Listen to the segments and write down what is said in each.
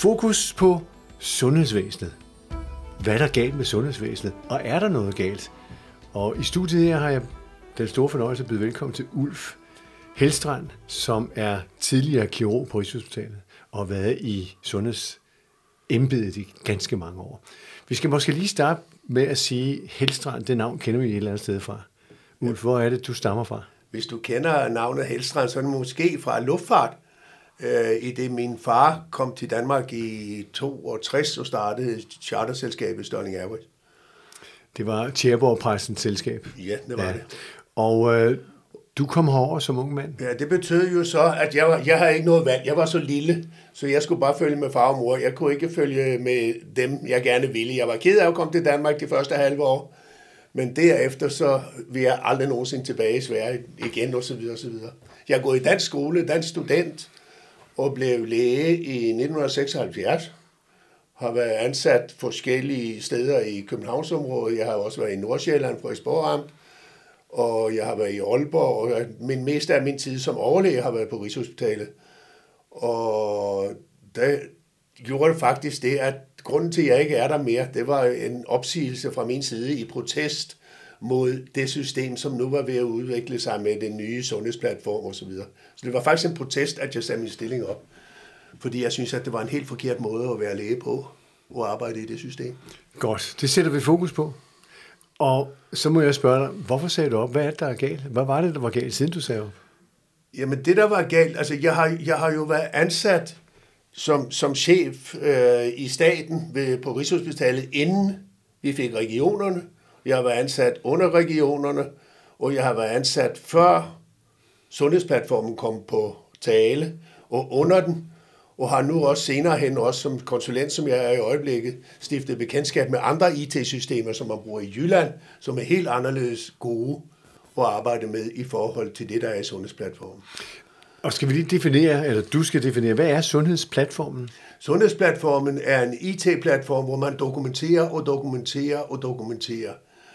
Fokus på sundhedsvæsenet. Hvad er der galt med sundhedsvæsenet? Og er der noget galt? Og i studiet her har jeg den store fornøjelse at byde velkommen til Ulf Hellstrand, som er tidligere kirurg på Rigshospitalet og har været i sundhedsembedet i ganske mange år. Vi skal måske lige starte med at sige, Hellstrand, det navn kender vi et eller andet sted fra. Ulf, hvor er det, du stammer fra? Hvis du kender navnet Hellstrand, så er det måske fra luftfart. I det min far kom til Danmark i 62 og startede charterselskabet Sterling Airways. Det var Tjæreborg-præstens selskab. Ja, det var det. Og du kom herover som ung mand? Ja, det betød jo så, at jeg havde ikke noget valg. Jeg var så lille, så jeg skulle bare følge med far og mor. Jeg kunne ikke følge med dem, jeg gerne ville. Jeg var ked af at komme til Danmark de første halve år. Men derefter så vil jeg aldrig nogensinde tilbage i Sverige igen, og så videre, og så videre. Jeg er gået i dansk skole, dansk student, og blev læge i 1976. Har været ansat forskellige steder i Københavnsområdet. Jeg har også været i Nordsjælland, Frederiksborg Amt, og jeg har været i Aalborg, og mest af min tid som overlæge har været på Rigshospitalet. Og der gjorde det faktisk det, at grunden til, at jeg ikke er der mere, det var en opsigelse fra min side i protest mod det system, som nu var ved at udvikle sig med den nye sundhedsplatform osv. Så det var faktisk en protest, at jeg satte min stilling op. Fordi jeg synes, at det var en helt forkert måde at være læge på og arbejde i det system. Godt, det sætter vi fokus på. Og så må jeg spørge dig, hvorfor sagde du op? Hvad er det, der er galt? Hvad var det, der var galt, siden du sagde op? Jamen det, der var galt, altså jeg har jo været ansat som chef i staten på Rigshospitalet, inden vi fik regionerne. Jeg har været ansat under regionerne, og jeg har været ansat før sundhedsplatformen kom på tale, og under den, og har nu også senere hen, også som konsulent, som jeg er i øjeblikket, stiftet bekendtskab med andre IT-systemer, som man bruger i Jylland, som er helt anderledes gode at arbejde med i forhold til det, der er i sundhedsplatformen. Og skal vi lige definere, eller du skal definere, hvad er sundhedsplatformen? Sundhedsplatformen er en IT-platform, hvor man dokumenterer.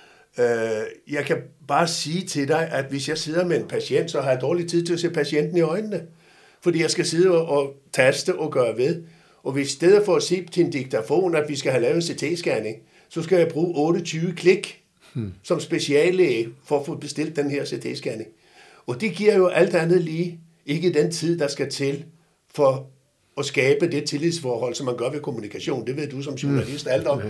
Jeg kan bare sige til dig, at hvis jeg sidder med en patient, så har jeg dårlig tid til at se patienten i øjnene. Fordi jeg skal sidde og taste og gøre ved. Og hvis i stedet for at sige til en diktafon, at vi skal have lavet en CT-scanning, så skal jeg bruge 28 klik som speciallæge for at få bestilt den her CT-scanning. Og det giver jo alt andet lige ikke den tid, der skal til for at skabe det tillidsforhold, som man gør ved kommunikation. Det ved du som journalist alt om.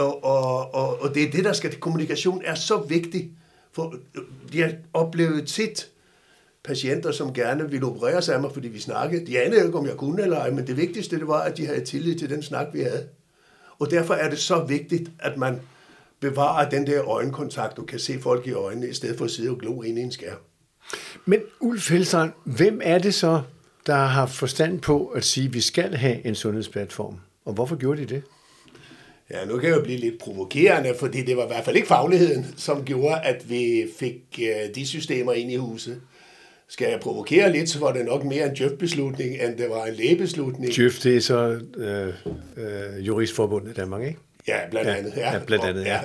Og det er det, der skal til. Kommunikation er så vigtig. For jeg har oplevet tit patienter, som gerne ville operere sig af mig, fordi vi snakkede. De anede ikke, om jeg kunne eller ej, men det vigtigste det var, at de havde tillid til den snak, vi havde. Og derfor er det så vigtigt, at man bevarer den der øjenkontakt, og kan se folk i øjnene, i stedet for at sidde og glo ind i en skærm. Men Ulf Hellstrand, hvem er det så, der har forstand på at sige, at vi skal have en sundhedsplatform? Og hvorfor gjorde de det? Ja, nu kan jeg jo blive lidt provokerende, fordi det var i hvert fald ikke fagligheden, som gjorde, at vi fik de systemer ind i huset. Skal jeg provokere lidt, så var det nok mere en Djøf-beslutning, end det var en lægebeslutning. Djøf, det er så Juristforbundet i Danmark, ikke? Ja, blandt andet. Ja, blandt andet, ja.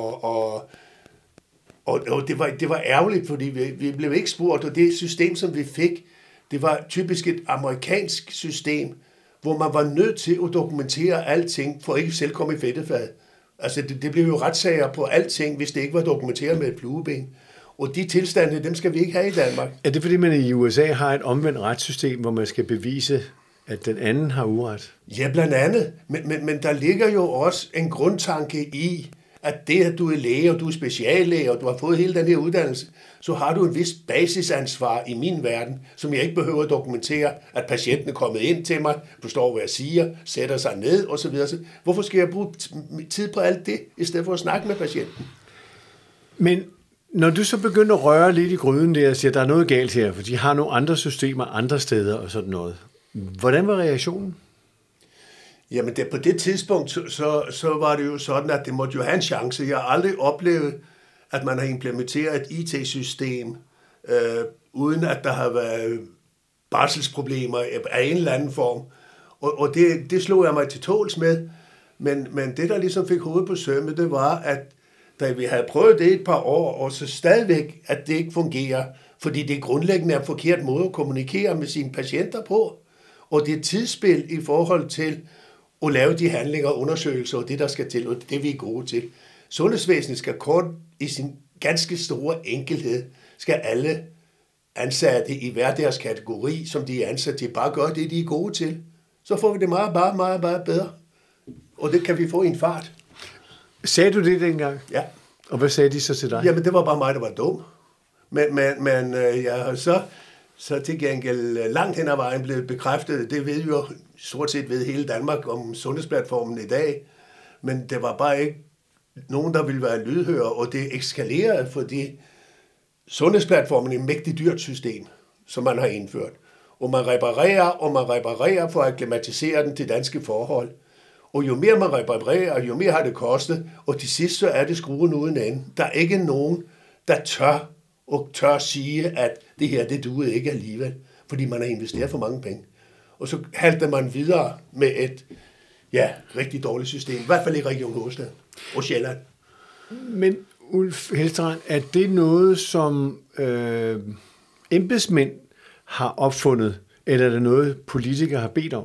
Og det var ærgerligt, fordi vi blev ikke spurgt, og det system, som vi fik, det var typisk et amerikansk system, hvor man var nødt til at dokumentere alting, for ikke selv komme i fedtefad. Altså, det blev jo retssager på alting, hvis det ikke var dokumenteret med et flueben. Og de tilstande, dem skal vi ikke have i Danmark. Er det fordi, man i USA har et omvendt retssystem, hvor man skal bevise, at den anden har uret? Ja, blandt andet. Men der ligger jo også en grundtanke i, at det, at du er læge, og du er speciallæge, og du har fået hele den her uddannelse, så har du en vis basisansvar i min verden, som jeg ikke behøver at dokumentere, at patienten er kommet ind til mig, forstår, hvad jeg siger, sætter sig ned, osv. Hvorfor skal jeg bruge tid på alt det, i stedet for at snakke med patienten? Men når du så begynder at røre lidt i gryden der, og siger, at der er noget galt her, for de har nogle andre systemer andre steder og sådan noget. Hvordan var reaktionen? Jamen på det tidspunkt, så var det jo sådan, at det måtte jo have en chance. Jeg har aldrig oplevet, at man har implementeret et IT-system, uden at der har været barselsproblemer af en eller anden form. Og det slog jeg mig til tåls med. Men det, der ligesom fik hovedet på sømmet, det var, at da vi havde prøvet det et par år, og så stadigvæk, at det ikke fungerer, fordi det grundlæggende er en forkert måde at kommunikere med sine patienter på. Og det er tidsspil i forhold til og lave de handlinger og undersøgelser og det, der skal til, og det vi er gode til. Sundhedsvæsenet skal kort i sin ganske store enkelhed, skal alle ansatte i hver deres kategori, som de er ansat til, bare gøre det, de er gode til. Så får vi det meget bedre. Og det kan vi få i en fart. Sagde du det dengang? Ja. Og hvad sagde de så til dig? Jamen, det var bare mig, der var dum. Men jeg har så til gengæld langt hen ad vejen blevet bekræftet. Det ved jo stort set ved hele Danmark om sundhedsplatformen i dag. Men det var bare ikke nogen, der ville være lydhøre, og det eskalerede, fordi sundhedsplatformen er et mægtigt dyrt system, som man har indført. Og man reparerer for at akklimatisere den til danske forhold. Og jo mere man reparerer, jo mere har det kostet, og til sidst så er det skruen uden ende. Der er ikke nogen, der tør sige, at det her, det duede ikke alligevel, fordi man har investeret for mange penge. Og så halter man videre med et rigtig dårligt system, i hvert fald i Region Hovedstaden og Sjælland. Men Ulf Helstrand, er det noget, som embedsmænd har opfundet, eller er det noget, politikere har bedt om?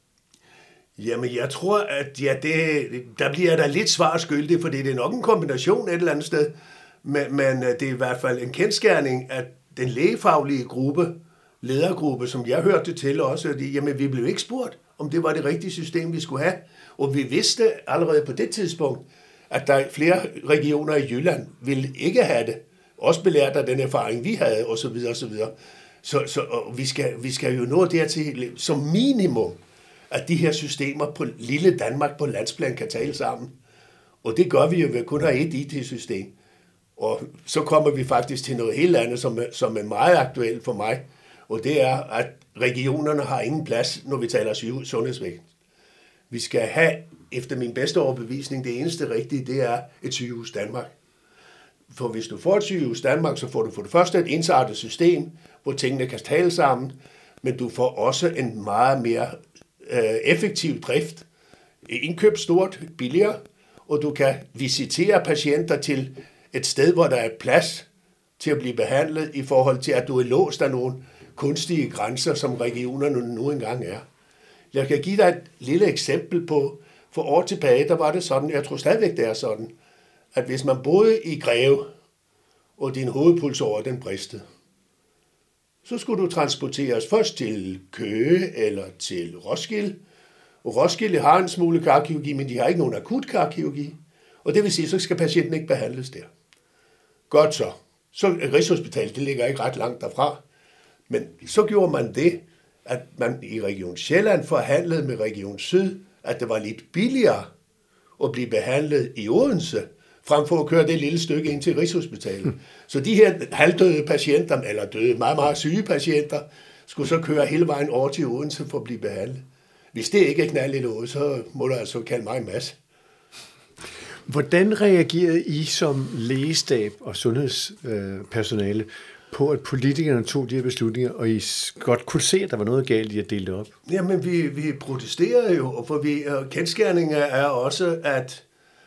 Jamen, jeg tror, at der bliver der lidt svar skyldig, fordi det er nok en kombination et eller andet sted, men det er i hvert fald en kendsgerning, at den lægefaglige ledergruppe, som jeg hørte til også, jamen, vi blev ikke spurgt, om det var det rigtige system, vi skulle have, og vi vidste allerede på det tidspunkt, at der er flere regioner i Jylland ville ikke have det, også belært af den erfaring, vi havde, osv. osv. Så vi skal jo nå dertil som minimum, at de her systemer på lille Danmark på landsplan kan tale sammen. Og det gør vi jo ved at kun have et IT-system. Og så kommer vi faktisk til noget helt andet, som er meget aktuelt for mig. Og det er, at regionerne har ingen plads, når vi taler sundhedsvæsen. Vi skal have, efter min bedste overbevisning, det eneste rigtige, det er et sygehus Danmark. For hvis du får et sygehus Danmark, så får du for det første et ensartet system, hvor tingene kan tale sammen, men du får også en meget mere effektiv drift, indkøb stort, billigere, og du kan visitere patienter til et sted, hvor der er plads til at blive behandlet, i forhold til, at du er låst af nogle kunstige grænser, som regionerne nu engang er. Jeg kan give dig et lille eksempel på, for år tilbage, der var det sådan, jeg tror stadigvæk det er sådan, at hvis man boede i Greve, og din hovedpulsåre den bristede, så skulle du transporteres først til Køge eller til Roskilde. Og Roskilde har en smule karkirurgi, men de har ikke nogen akut karkirurgi. Og det vil sige, så skal patienten ikke behandles der. Godt så. Så Rigshospitalet, det ligger ikke ret langt derfra. Men så gjorde man det, at man i Region Sjælland forhandlede med Region Syd, at det var lidt billigere at blive behandlet i Odense, frem for at køre det lille stykke ind til Rigshospitalet. Så de her halvdøde patienter, eller døde meget, meget syge patienter, skulle så køre hele vejen over til Odense for at blive behandlet. Hvis det ikke er knald i noget, så må du altså kalde mig en masse. Hvordan reagerede I som lægestab og sundhedspersonale på, at politikerne tog de her beslutninger, og I godt kunne se, at der var noget galt i at dele det op? Jamen, vi protesterede jo, for kendsgerninger er også, at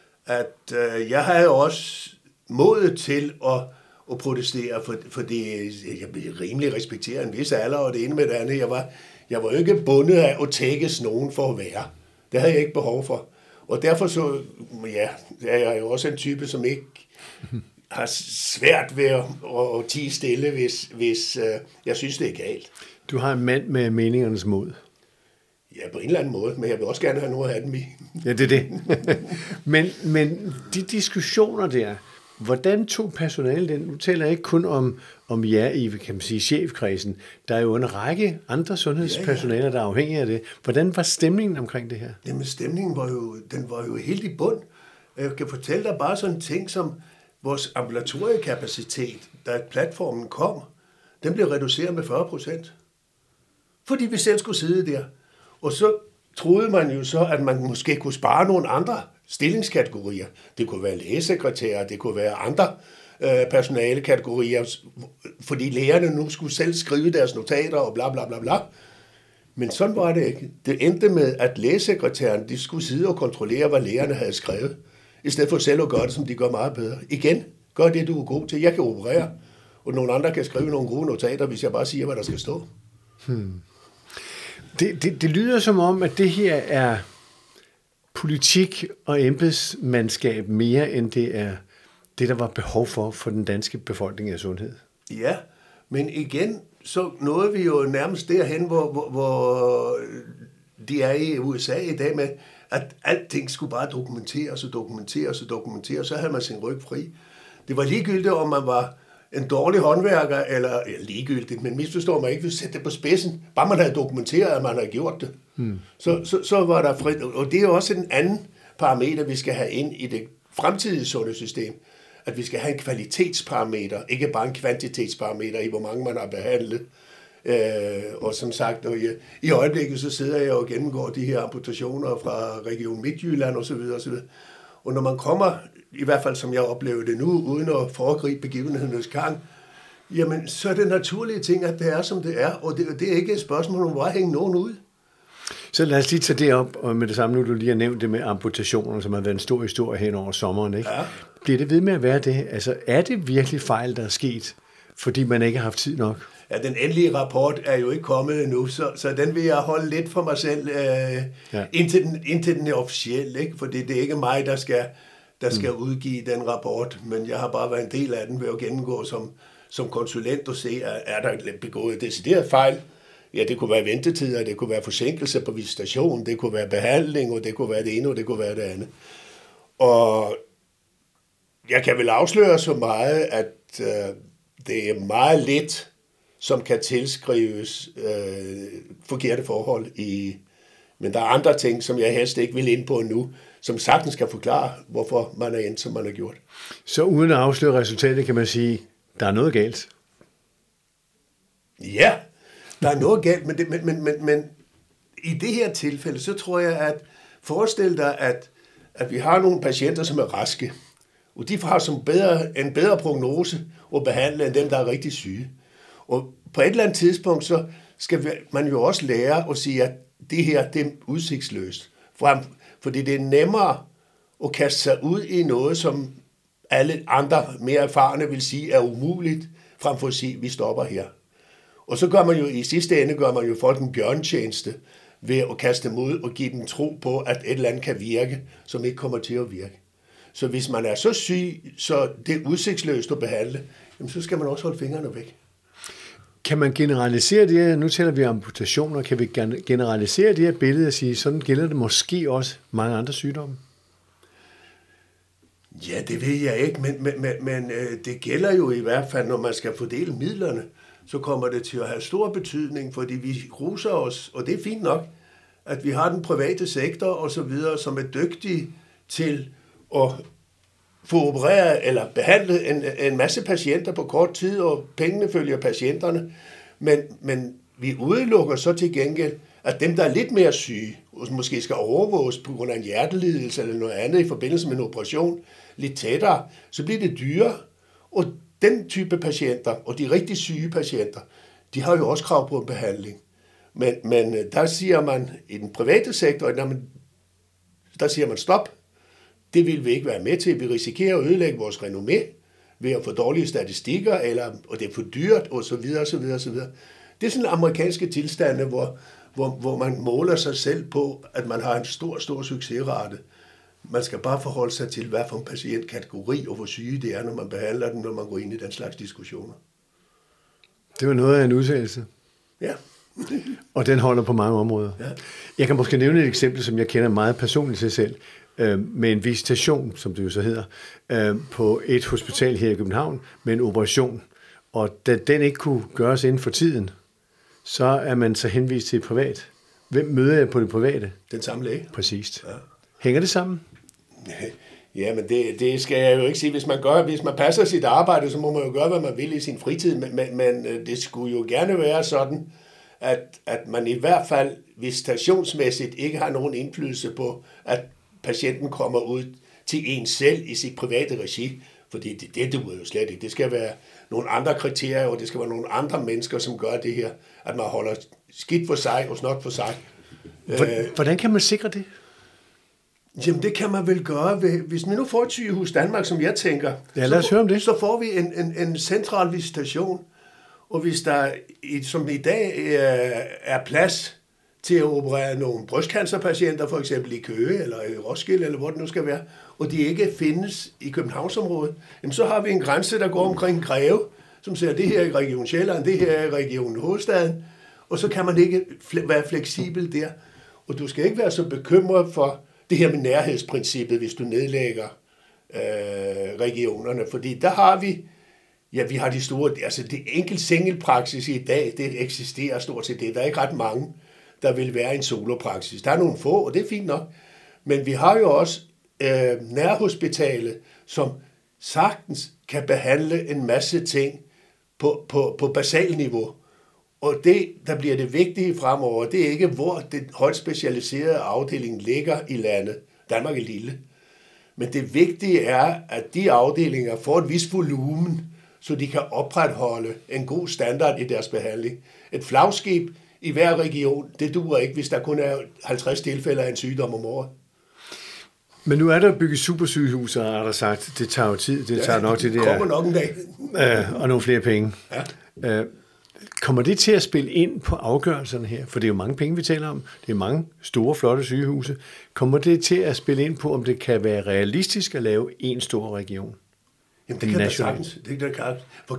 jeg havde også modet til at protestere, fordi jeg rimelig respekterer en vis alder, og det ene med det andet. Jeg var jo ikke bundet af at tækkes nogen for at være. Det havde jeg ikke behov for. Og derfor så, er jeg jo også en type, som ikke har svært ved at tie stille, hvis jeg synes, det er galt. Du har en mand med meningernes mod. Ja, på en eller anden måde, men jeg vil også gerne have noget af dem i. Ja, det er det. men de diskussioner der, hvordan tog personalet den? Nu taler jeg ikke kun om jer i, kan man sige, chefkredsen. Der er jo en række andre sundhedspersonaler, der er afhængige af det. Hvordan var stemningen omkring det her? Jamen, stemningen var jo helt i bund. Jeg kan fortælle dig bare sådan en ting som vores ambulatoriekapacitet, da platformen kom, den blev reduceret med 40%. Fordi vi selv skulle sidde der. Og så troede man jo så, at man måske kunne spare nogle andre stillingskategorier. Det kunne være lægesekretærer, det kunne være andre personalekategorier, fordi lægerne nu skulle selv skrive deres notater og bla bla bla bla. Men sådan var det ikke. Det endte med, at lægesekretæren, de skulle sidde og kontrollere, hvad lægerne havde skrevet, i stedet for selv at gøre det, som de gør meget bedre. Igen, gør det, du er god til. Jeg kan operere, og nogle andre kan skrive nogle gode notater, hvis jeg bare siger, hvad der skal stå. Det lyder som om, at det her er politik og embedsmandskab mere, end det er det, der var behov for den danske befolkning af sundhed. Ja, men igen, så nåede vi jo nærmest derhen, hvor de er i USA i dag med, at alting skulle bare dokumenteres, så havde man sin ryg fri. Det var ligegyldigt, om man var en dårlig håndværker, eller ligegyldigt, men misforstår man ikke, hvis sætte det på spidsen. Bare man havde dokumenteret, at man havde gjort det. Så var der frit. Og det er også en anden parameter, vi skal have ind i det fremtidige sundhedssystem. At vi skal have en kvalitetsparameter, ikke bare en kvantitetsparameter i, hvor mange man har behandlet. Og som sagt, i øjeblikket så sidder jeg og gennemgår de her amputationer fra Region Midtjylland osv. Og når man kommer, i hvert fald som jeg oplever det nu, uden at foregribe begivenhedernes gang, jamen så er det naturlige ting, at det er, som det er, og det er ikke et spørgsmål om at hænge nogen ud. Så lad os lige tage det op, og med det samme nu, du lige har nævnt det med amputationer, som har været en stor historie hen over sommeren, ikke? Ja. Bliver det ved med at være det? Altså, er det virkelig fejl, der er sket, fordi man ikke har haft tid nok? Ja, den endelige rapport er jo ikke kommet endnu, så den vil jeg holde lidt for mig selv, indtil den er officiel, ikke? Fordi det er ikke mig, der skal udgive den rapport, men jeg har bare været en del af den ved at gennemgå som konsulent og se, er der begået decideret fejl? Ja, det kunne være ventetider, det kunne være forsinkelse på visitation, det kunne være behandling, og det kunne være det ene, og det kunne være det andet. Og jeg kan vel afsløre så meget, at det er meget lidt, som kan tilskrives forkerte forhold men der er andre ting, som jeg helst ikke vil ind på nu, som sagtens skal forklare, hvorfor man er endt, som man har gjort. Så uden at afsløre resultatet, kan man sige, der er noget galt? Ja, der er noget galt, men i det her tilfælde, så tror jeg, at forestil dig, at vi har nogle patienter, som er raske, og de har en bedre prognose at behandle, end dem, der er rigtig syge. Og på et eller andet tidspunkt, så skal man jo også lære at sige, at det her, det er udsigtsløst. Fordi det er nemmere at kaste sig ud i noget, som alle andre mere erfarne vil sige er umuligt, frem for at sige, at vi stopper her. Og så gør man jo i sidste ende folk en bjørntjeneste ved at kaste dem ud og give dem tro på, at et eller andet kan virke, som ikke kommer til at virke. Så hvis man er så syg, så det er udsigtsløst at behandle, jamen så skal man også holde fingrene væk. Kan man generalisere det her? Nu taler vi om amputationer. Kan vi generalisere det her billede og sige, sådan gælder det måske også mange andre sygdomme? Ja, det ved jeg ikke, men det gælder jo i hvert fald, når man skal fordele midlerne, så kommer det til at have stor betydning, fordi vi ruser os, og det er fint nok, at vi har den private sektor og så videre, som er dygtige til at få opereret eller behandlet en masse patienter på kort tid, og pengene følger patienterne. Men vi udelukker så til gengæld, at dem, der er lidt mere syge, og måske skal overvåges på grund af en hjertelidelse eller noget andet i forbindelse med en operation, lidt tættere, så bliver det dyrere. Og den type patienter, og de rigtig syge patienter, de har jo også krav på en behandling. Men der siger man i den private sektor, der siger man stop. Det vil vi ikke være med til. Vi risikerer at ødelægge vores renommé ved at få dårlige statistikker, og det er for dyrt, og så videre, så videre, så videre. Det er sådan amerikanske tilstande, hvor man måler sig selv på, at man har en stor succesrate. Man skal bare forholde sig til, hvad for en patientkategori og hvor syge det er, når man behandler den, når man går ind i den slags diskussioner. Det var noget af en udtalelse. Ja. Og den holder på mange områder. Ja. Jeg kan måske nævne et eksempel, som jeg kender meget personligt til selv, med en visitation, som det jo så hedder, på et hospital her i København, med en operation. Og da den ikke kunne gøres inden for tiden, så er man så henvist til et privat. Hvem møder jeg på det private? Den samme læge. Præcist. Ja. Hænger det sammen? Ja, men det skal jeg jo ikke sige. Hvis man passer sit arbejde, så må man jo gøre, hvad man vil i sin fritid. Men det skulle jo gerne være sådan, at man i hvert fald visitationsmæssigt ikke har nogen indflydelse på, at patienten kommer ud til en selv i sit private regi. Fordi det duer jo slet ikke. Det skal være nogle andre kriterier, og det skal være nogle andre mennesker, som gør det her. At man holder skidt for sig og snot for sig. Hvordan kan man sikre det? Jamen, det kan man vel gøre ved, hvis vi nu får et sygehus Danmark, som jeg tænker, ja, lad os høre om det. Så får vi en central visitation, og hvis der, som i dag, er plads til at operere nogle brystcancerpatienter, for eksempel i Køge eller i Roskilde, eller hvor det nu skal være, og de ikke findes i Københavnsområdet, jamen så har vi en grænse, der går omkring Greve, som siger, det her er i Region Sjælland, det her er i Region Hovedstaden, og så kan man ikke være fleksibel der. Og du skal ikke være så bekymret for det her med nærhedsprincippet, hvis du nedlægger regionerne, fordi der har vi har de store, altså det enkelt single-praksis i dag, det eksisterer stort set det. Der er ikke ret mange, der vil være en solopraksis. Der er nogle få, og det er fint nok, men vi har jo også nærhospitalet, som sagtens kan behandle en masse ting på basalniveau. Og det, der bliver det vigtige fremover, det er ikke, hvor den højt specialiserede afdeling ligger i landet. Danmark er lille. Men det vigtige er, at de afdelinger får et vis volumen, så de kan opretholde en god standard i deres behandling. Et flagskib i hver region, det duer ikke, hvis der kun er 50 tilfælde af en sygdom om året. Men nu er der bygget supersygehus, og er der sagt, det tager jo tid, det tager nok til det. Det kommer nok en dag. Og nogle flere penge. Ja. Kommer det til at spille ind på afgørelserne her? For det er jo mange penge, vi taler om. Det er mange store, flotte sygehuse. Kommer det til at spille ind på, om det kan være realistisk at lave en stor region? Jamen det kan da sagtens. For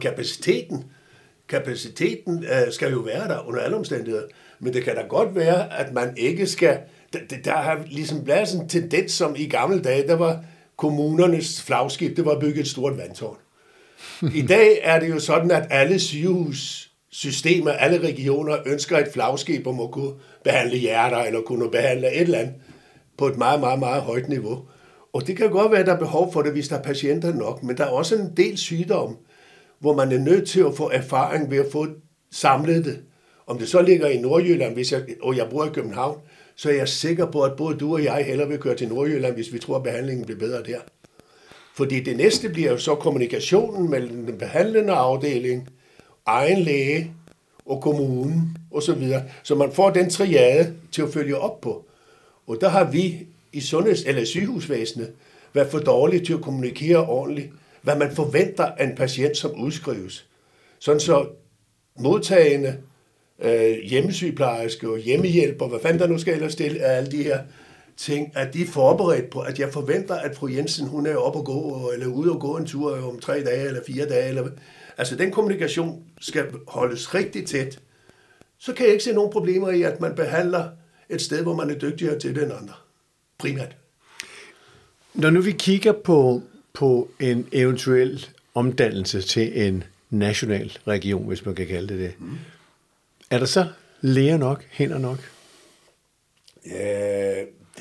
kapaciteten skal jo være der under alle omstændigheder. Men det kan da godt være, at man ikke skal... Der har ligesom været sådan en tendens, som i gamle dage, der var kommunernes flagskib, det var bygget et stort vandtårn. I dag er det jo sådan, at alle sygehussystemer, alle regioner ønsker et flagskib, om at kunne behandle hjerter, eller kunne behandle et eller andet på et meget, meget, meget højt niveau. Og det kan godt være, at der er behov for det, hvis der er patienter nok, men der er også en del sygdomme, hvor man er nødt til at få erfaring ved at få samlet det. Om det så ligger i Nordjylland, og jeg bor i København, så er jeg sikker på, at både du og jeg hellere vil køre til Nordjylland, hvis vi tror, at behandlingen bliver bedre der. Fordi det næste bliver jo så kommunikationen mellem den behandlende afdeling, egen læge og kommunen osv., så man får den triade til at følge op på. Og der har vi i sygehusvæsenet været for dårlige til at kommunikere ordentligt, hvad man forventer af en patient, som udskrives. Sådan så modtagende hjemmesygeplejerske og hjemmehjælper, hvad fanden der nu skal ellers stille af alle de her ting, at de er forberedt på, at jeg forventer, at fru Jensen, hun er oppe og gå, eller ude og gå en tur om 3 dage eller 4 dage. Eller... Altså den kommunikation skal holdes rigtig tæt. Så kan jeg ikke se nogen problemer i, at man behandler et sted, hvor man er dygtigere til den andre. Primært. Når nu vi kigger på en eventuel omdannelse til en national region, hvis man kan kalde det det, er der så læger nok, hænder nok? Ja,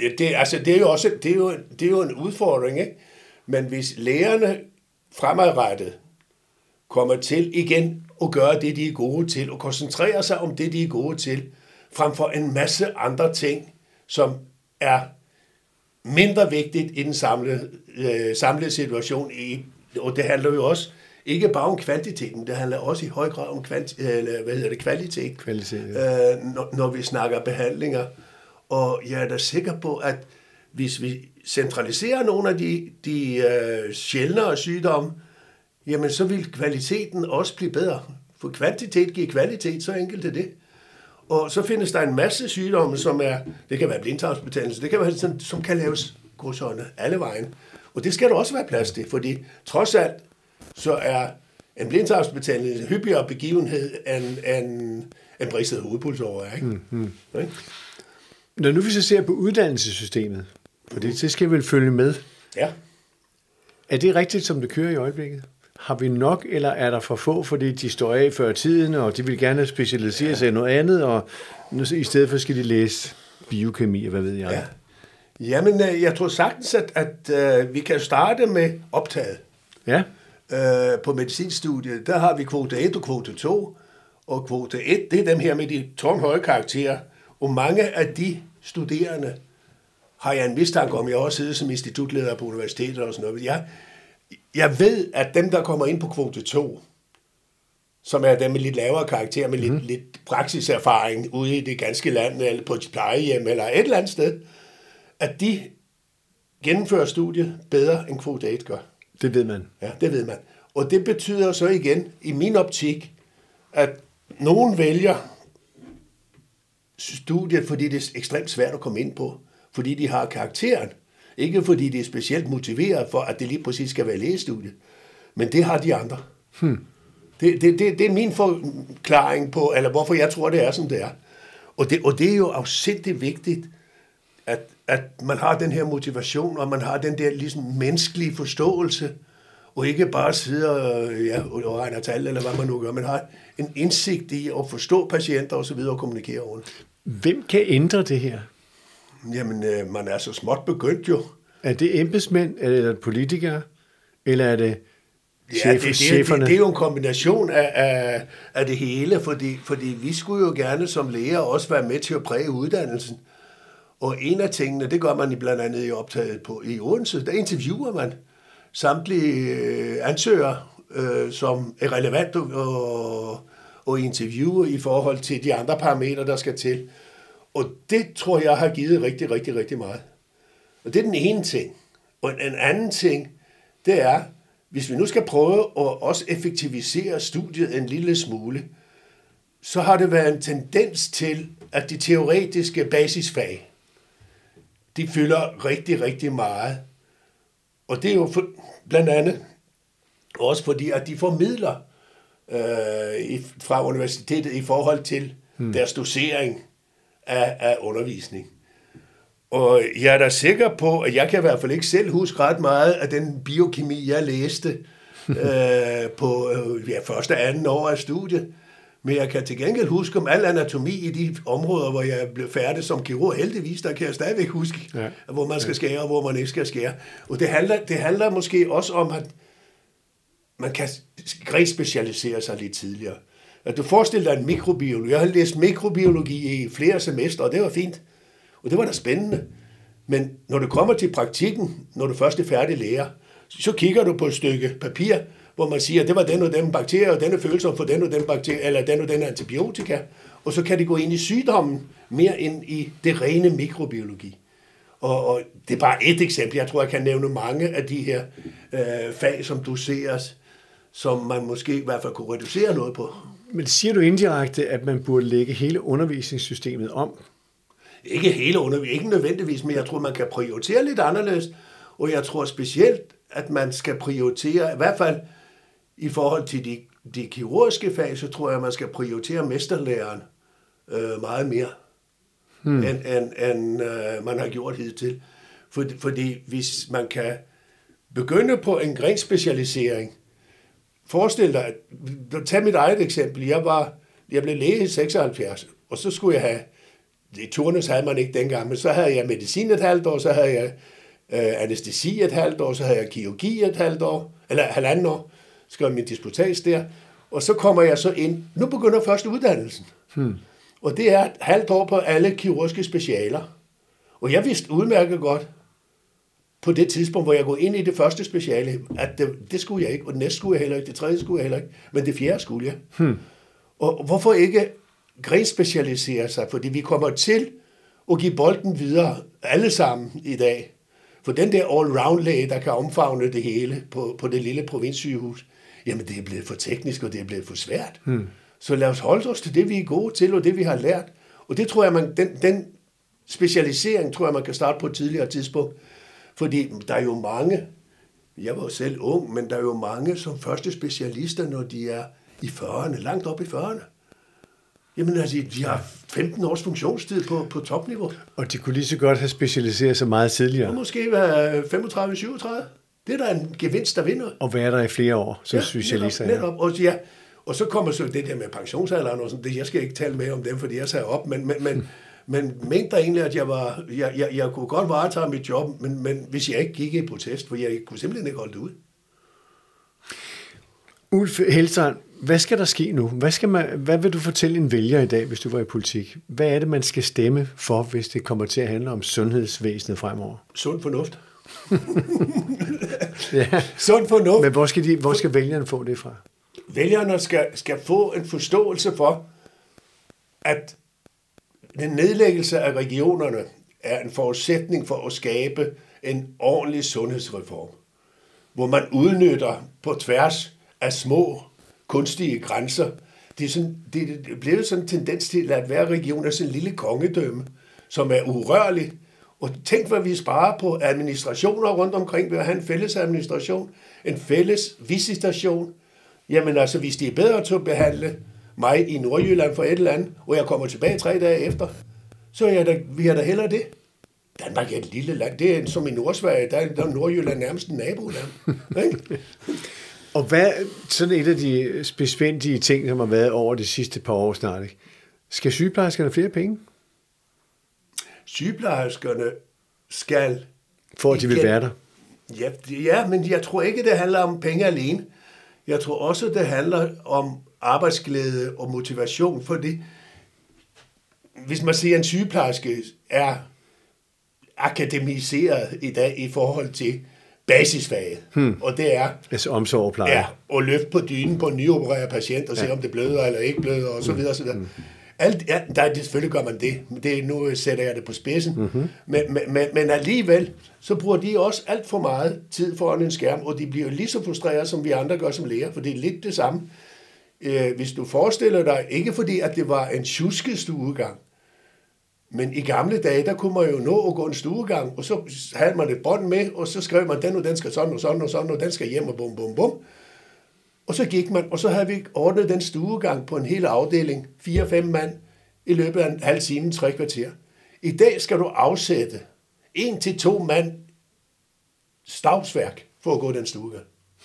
det er jo en udfordring, ikke? Men hvis lægerne fremadrettet kommer til igen at gøre det, de er gode til, og koncentrere sig om det, de er gode til, frem for en masse andre ting, som er mindre vigtigt i den samlede situation. Og det handler jo også ikke bare om kvantiteten, det handler også i høj grad om kvalitet. Når vi snakker behandlinger. Og jeg er da sikker på, at hvis vi centraliserer nogle af de sjældnere sygdomme, jamen så vil kvaliteten også blive bedre. For kvantitet giver kvalitet, så enkelt er det. Og så findes der en masse sygdomme, som det kan være blindtarmsbetændelse, det kan være sådan, som kan laves godsånde alle vejen. Og det skal der også være plads til, fordi trods alt, så er en blindtarmsbetændelse en hyppigere begivenhed end bristet hovedpulsåre, ikke? Okay? Når nu vi så ser på uddannelsessystemet, for det skal vel følge med. Ja. Er det rigtigt, som det kører i øjeblikket? Har vi nok, eller er der for få, fordi de står af før tiden, og de vil gerne specialisere sig i noget andet, og i stedet for skal de læse biokemi, og hvad ved jeg? Ja. Jamen, jeg tror sagtens, at vi kan starte med optaget. Ja. På medicinstudiet, der har vi kvote 1 og kvote 2, og kvote 1, det er dem her med de tårnhøje karakterer. Og mange af de studerende har jeg en mistanke om. Jeg har også siddet som institutleder på universitetet og sådan noget. Jeg ved, at dem, der kommer ind på kvote 2, som er dem med lidt lavere karakter, med lidt praksiserfaring ude i det ganske land, eller på et plejehjem, eller et eller andet sted, at de gennemfører studiet bedre, end kvote 1 gør. Det ved man. Ja, det ved man. Og det betyder så igen, i min optik, at nogen vælger studiet, fordi det er ekstremt svært at komme ind på. Fordi de har karakteren. Ikke fordi de er specielt motiveret for, at det lige præcis skal være lægestudiet. Men det har de andre. Det er min forklaring på, eller hvorfor jeg tror, det er, som det er. Og det er jo afsindigt vigtigt, at man har den her motivation, og man har den der ligesom menneskelige forståelse, og ikke bare sidder og regner tal, eller hvad man nu gør. Man har en indsigt i at forstå patienter og så videre og kommunikere rundt. Hvem kan ændre det her? Jamen, man er så småt begyndt jo. Er det embedsmænd, eller politikere, eller er det cheferne? Det er jo en kombination af det hele, fordi vi skulle jo gerne som læger også være med til at præge uddannelsen. Og en af tingene, det gør man blandt andet i optaget i Odense, der interviewer man samtlige ansøgere, som er relevant at interviewe i forhold til de andre parametre, der skal til. Og det tror jeg har givet rigtig, rigtig, rigtig meget. Og det er den ene ting. Og en anden ting, det er, hvis vi nu skal prøve at også effektivisere studiet en lille smule, så har det været en tendens til, at de teoretiske basisfag, de fylder rigtig, rigtig meget. Og det er jo blandt andet også fordi, at de formidler fra universitetet i forhold til deres dosering af undervisning. Og jeg er da sikker på, at jeg kan i hvert fald ikke selv huske ret meget af den biokemi, jeg læste på første og anden år af studiet. Men jeg kan til gengæld huske om al anatomi i de områder, hvor jeg blev færdig som kirurg. Heldigvis, der kan jeg stadigvæk huske, hvor man skal skære og hvor man ikke skal skære. Og det handler måske også om, at man kan respecialisere sig lidt tidligere. At du forestiller dig en mikrobiologi. Jeg har læst mikrobiologi i flere semestre, og det var fint. Og det var da spændende. Men når du kommer til praktikken, når du først er færdig lærer, så kigger du på et stykke papir, hvor man siger, at det var den og den bakterie, og den er følsom for den og den bakterie, eller den og den antibiotika. Og så kan det gå ind i sygdommen, mere end i det rene mikrobiologi. Og det er bare et eksempel. Jeg tror, jeg kan nævne mange af de her fag, som doseres, som man måske i hvert fald kunne reducere noget på. Men siger du indirekte, at man burde lægge hele undervisningssystemet om? Ikke hele undervisningen, ikke nødvendigvis, men jeg tror, man kan prioritere lidt anderledes. Og jeg tror specielt, at man skal prioritere, i hvert fald i forhold til de kirurgiske fag, så tror jeg, at man skal prioritere mesterlæren meget mere, end man har gjort hidtil. Fordi hvis man kan begynde på en grenspecialisering, forestil dig, tag mit eget eksempel, jeg blev læge i 76, og så skulle jeg have, i turnus havde man ikke dengang, men så havde jeg medicin et halvt år, så havde jeg anæstesi et halvt år, så havde jeg kirurgi et halvt år, eller halvanden år, skrev min disputats der, og så kommer jeg så ind, nu begynder første uddannelsen, og det er et halvt år på alle kirurgiske specialer, og jeg vidste udmærket godt, på det tidspunkt, hvor jeg går ind i det første speciale, at det skulle jeg ikke, og det næste skulle jeg heller ikke, det tredje skulle jeg heller ikke, men det fjerde skulle jeg. Og hvorfor ikke grenspecialisere sig? Fordi vi kommer til at give bolden videre, alle sammen i dag. For den der all-round-læge, der kan omfavne det hele på det lille provinssygehus, jamen det er blevet for teknisk, og det er blevet for svært. Så lad os holde os til det, vi er gode til, og det, vi har lært. Og det tror jeg, den specialisering, tror jeg, man kan starte på et tidligere tidspunkt. Fordi der er jo mange, jeg var jo selv ung, men der er jo mange som første specialister, når de er i 40'erne, langt op i 40'erne. Jamen altså, de har 15 års funktionstid på topniveau. Og de kunne lige så godt have specialiseret sig meget tidligere. Og måske være 35-37. Det er der en gevinst, der vinder. Og være der i flere år som specialister. Netop. Og så kommer så det der med pensionsalderen og sådan det. Jeg skal ikke tale mere om dem, fordi jeg sagde op, men mente der egentlig, at jeg kunne godt varetage mit job, men hvis jeg ikke gik i protest, for jeg kunne simpelthen ikke holde det ud. Ulf Helstrand, hvad skal der ske nu? Hvad vil du fortælle en vælger i dag, hvis du var i politik? Hvad er det, man skal stemme for, hvis det kommer til at handle om sundhedsvæsenet fremover? Sund fornuft. Ja. Sund fornuft. Men hvor skal vælgerne få det fra? Vælgerne skal få en forståelse for, at den nedlæggelse af regionerne er en forudsætning for at skabe en ordentlig sundhedsreform, hvor man udnytter på tværs af små kunstige grænser det er blevet sådan en tendens til, at hver region er sådan en lille kongedømme, som er urørlig. Og tænk, hvad vi sparer på administrationer rundt omkring ved at have en fælles administration, en fælles visitation. Jamen altså, hvis de er bedre til at behandle mig i Nordjylland for et eller andet, og jeg kommer tilbage 3 dage efter, så vil jeg da hellere det. Danmark er et lille land. Det er som i Nordsverige, der er Nordjylland nærmest en naboland. Og hvad sådan et af de besvændige ting, som har været over de sidste par år snart, ikke? Skal sygeplejerskerne flere penge? Sygeplejerskerne skal... For at de vil være der? Ja, men jeg tror ikke, det handler om penge alene. Jeg tror også, det handler om arbejdsglæde og motivation, fordi hvis man siger, at en sygeplejerske er akademiseret i dag i forhold til basisfaget, og det er... Altså omsorg og pleje. Ja, og løfte på dynen på en nyopereret patient og se, om det bløder eller ikke bløder, og så videre, og så videre. Selvfølgelig gør man det. Nu sætter jeg det på spidsen. Men alligevel, så bruger de også alt for meget tid foran en skærm, og de bliver lige så frustrerede, som vi andre gør som læger, for det er lidt det samme. Hvis du forestiller dig, ikke fordi, at det var en tjusket stuegang, men i gamle dage, der kunne man jo nå at gå en stuegang, og så havde man et bånd med, og så skrev man, den skal sådan og sådan og sådan, og den skal hjem og bum, bum, bum. Og så gik man, og så havde vi ordnet den stuegang på en hel afdeling, 4-5 mand, i løbet af en halv time, 3 kvarter. I dag skal du afsætte 1-2 mand stavsværk for at gå den stuegang.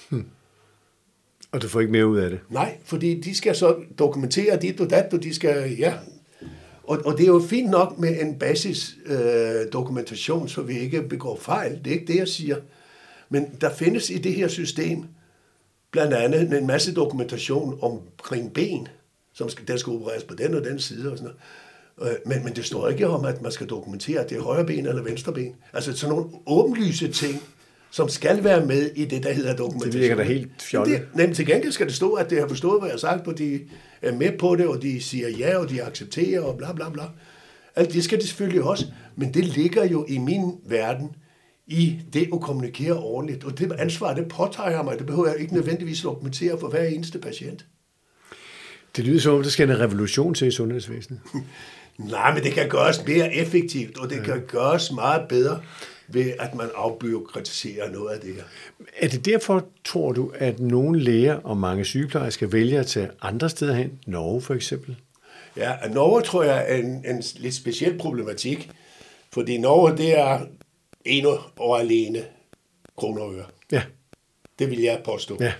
Og du får ikke mere ud af det? Nej, fordi de skal så dokumentere dit og dat, og de skal, ja. Og det er jo fint nok med en basis dokumentation, så vi ikke begår fejl. Det er ikke det, jeg siger. Men der findes i det her system blandt andet en masse dokumentation omkring ben, som den skal opereres på den og den side og sådan noget. Men det står ikke om, at man skal dokumentere, at det er højre ben eller venstre ben. Altså sådan nogle åbenlyse ting, som skal være med i det, der hedder dokumentation. Det virker da helt fjollet. Men til gengæld skal det stå, at det har forstået, hvad jeg har sagt, og de er med på det, og de siger ja, og de accepterer, og bla bla bla. Alt det skal det selvfølgelig også, men det ligger jo i min verden, i det at kommunikere ordentligt. Og det ansvar, det påtager jeg mig. Det behøver jeg ikke nødvendigvis dokumentere for hver eneste patient. Det lyder som om, der skal en revolution til i sundhedsvæsenet. Nej, men det kan gøres mere effektivt, og det kan gøres meget bedre ved, at man afbureaukratiserer noget af det her. Er det derfor, tror du, at nogle læger og mange sygeplejersker vælger at tage andre steder hen? Norge for eksempel? Ja, Norge tror jeg er en lidt speciel problematik, fordi Norge, det er en og alene kroner og øre. Ja. Det vil jeg påstå. Ja.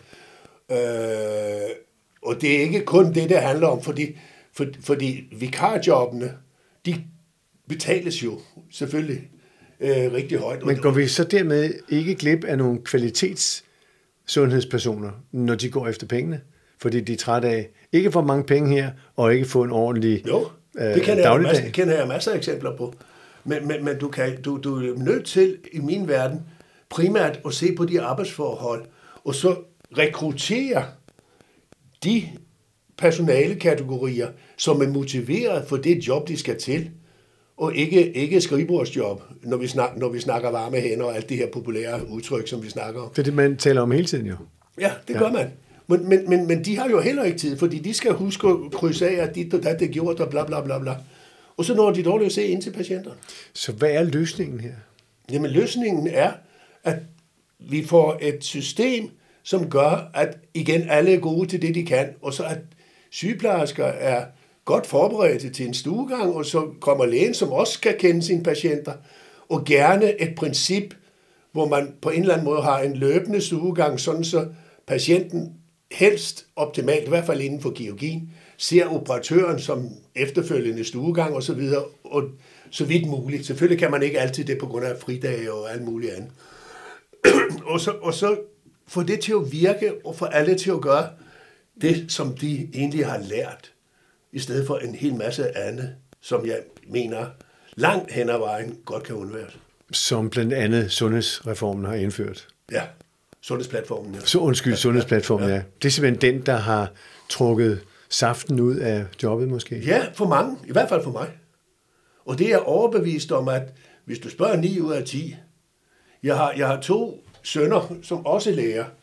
Og det er ikke kun det handler om, fordi vikarjobbene, de betales jo selvfølgelig rigtig højt. Men går vi så dermed ikke glip af nogle kvalitetssundhedspersoner, når de går efter pengene? Fordi de er trætte af ikke for mange penge her, og ikke få en ordentlig det kender jeg masser af eksempler på. Men du er nødt til, i min verden, primært at se på de arbejdsforhold, og så rekruttere de personalekategorier, som er motiveret for det job, de skal til, og ikke skrivebordsjob, når vi snakker varme hænder og alt det her populære udtryk, som vi snakker om. Det er det, man taler om hele tiden jo. Ja, det gør man. Men de har jo heller ikke tid, fordi de skal huske at krydse af, at dit og dat er gjort, og bla bla bla bla. Og så når de dårligt at se ind til patienterne. Så hvad er løsningen her? Jamen løsningen er, at vi får et system, som gør, at igen alle er gode til det, de kan, og så at sygeplejersker er godt forberedte til en stuegang, og så kommer lægen, som også skal kende sine patienter, og gerne et princip, hvor man på en eller anden måde har en løbende stuegang, sådan så patienten helst optimalt, i hvert fald inden for kirurgien, ser operatøren som efterfølgende stuegang og så videre, og så vidt muligt. Selvfølgelig kan man ikke altid det på grund af fridage og alt muligt andet. og så få det til at virke, og få alle til at gøre det, som de egentlig har lært, i stedet for en hel masse andet, som jeg mener langt hen ad vejen godt kan undværes. Som blandt andet sundhedsreformen har indført. Ja, sundhedsplatformen. Ja. Sundhedsplatformen, ja. Det er simpelthen den, der har trukket saften ud af jobbet måske? Ja, for mange. I hvert fald for mig. Og det er overbevist om, at hvis du spørger 9 ud af 10, jeg har 2 sønner, som også er læger,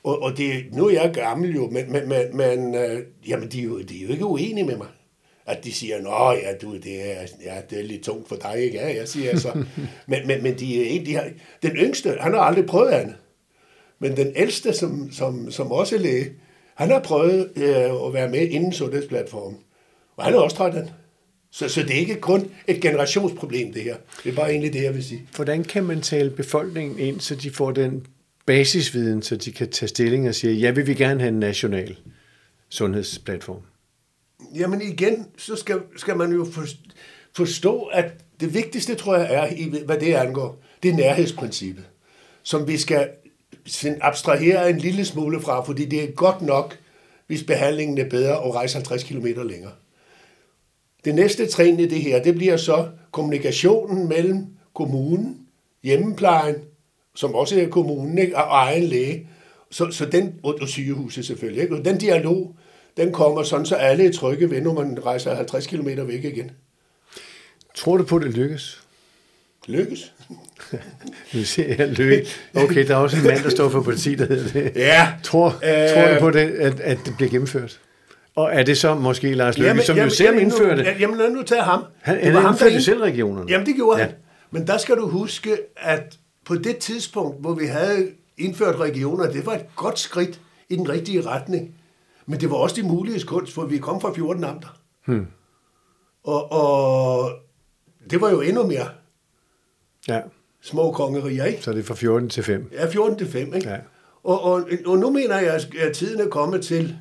Og nu er jeg gammel jo, men jamen, de er jo ikke uenige med mig. At de siger, nå ja, det er lidt tungt for dig, ikke? Ja, jeg siger så. Men den yngste, han har aldrig prøvet andet. Men den ældste, som også er læge, han har prøvet at være med inden sundhedsplatformen. Og han er også træt af den. Så det er ikke kun et generationsproblem, det her. Det er bare egentlig det, jeg vil sige. Hvordan kan man tale befolkningen ind, så de får den basisviden, så de kan tage stilling og sige, ja, vil vi gerne have en national sundhedsplatform? Jamen igen, så skal man jo forstå, at det vigtigste, tror jeg, er, hvad det angår, det er nærhedsprincippet, som vi skal abstrahere en lille smule fra, fordi det er godt nok, hvis behandlingen er bedre at rejse 50 km længere. Det næste trin i det her, det bliver så kommunikationen mellem kommunen, hjemmeplejen, som også er kommunen, ikke, og egen læge, så den, og sygehuset selvfølgelig, ikke? Og den dialog, den kommer sådan, så alle er trygge ved, når man rejser 50 km væk igen. Tror du på, det lykkes? Lykkes? Nu siger jeg lykkes. Okay, der er også en mand, der står for partiet, der hedder det. Ja. Tror du på det, at det bliver gennemført? Og er det så måske Lars Løkke, som jo selv indførte det? Jamen lad nu tage ham. Han indførte selv regionerne. Jamen det gjorde han. Men der skal du huske, at på det tidspunkt, hvor vi havde indført regioner, det var et godt skridt i den rigtige retning. Men det var også de mulige kunst, for vi kom fra 14 amter. Og det var jo endnu mere små kongeriger, ikke? Så det er fra 14 til 5. Ja, 14 til 5, ikke? Ja. Og nu mener jeg, at tiden er kommet til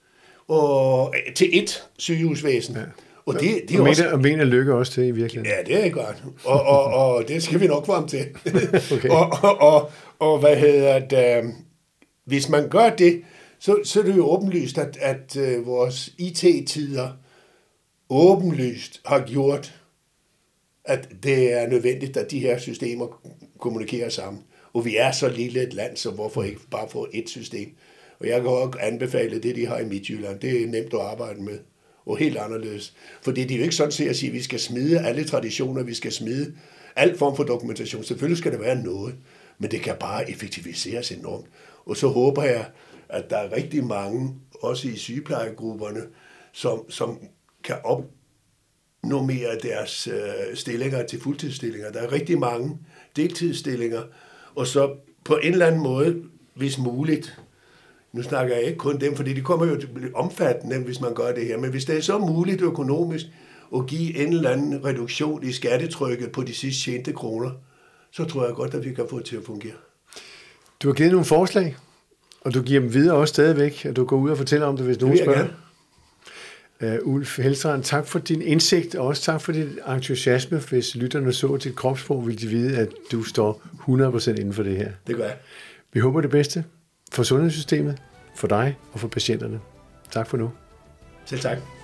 et sygehusvæsen. Ja. Og mener Løkke også til i virkeligheden? Ja, det er godt. Og det skal vi nok frem til. Okay. og hvad hedder det? Hvis man gør det, så er det jo åbenlyst, at vores IT-tider åbenlyst har gjort, at det er nødvendigt, at de her systemer kommunikerer sammen. Og vi er så lille et land, så hvorfor ikke bare få et system? Og jeg kan også anbefale det, de har i Midtjylland. Det er nemt at arbejde med, og helt anderledes. Fordi det er jo ikke sådan set at sige, at vi skal smide alle traditioner, vi skal smide al form for dokumentation. Selvfølgelig skal der være noget, men det kan bare effektiviseres enormt. Og så håber jeg, at der er rigtig mange, også i sygeplejegrupperne, som kan opnormere deres stillinger til fuldtidsstillinger. Der er rigtig mange deltidsstillinger, og så på en eller anden måde, hvis muligt, nu snakker jeg ikke kun dem, fordi de kommer jo til at blive omfattende, hvis man gør det her, men hvis det er så muligt økonomisk at give en eller anden reduktion i skattetrykket på de sidste tjente kroner, så tror jeg godt, at vi kan få det til at fungere. Du har givet nogle forslag, og du giver dem videre også stadigvæk, at du går ud og fortæller om det, hvis nogen spørger. Ulf Helstrand, tak for din indsigt, og også tak for dit entusiasme. Hvis lytterne så dit kropssprog, vil de vide, at du står 100% inden for det her. Det gør jeg. Vi håber det bedste for sundhedssystemet, for dig og for patienterne. Tak for nu. Selv tak.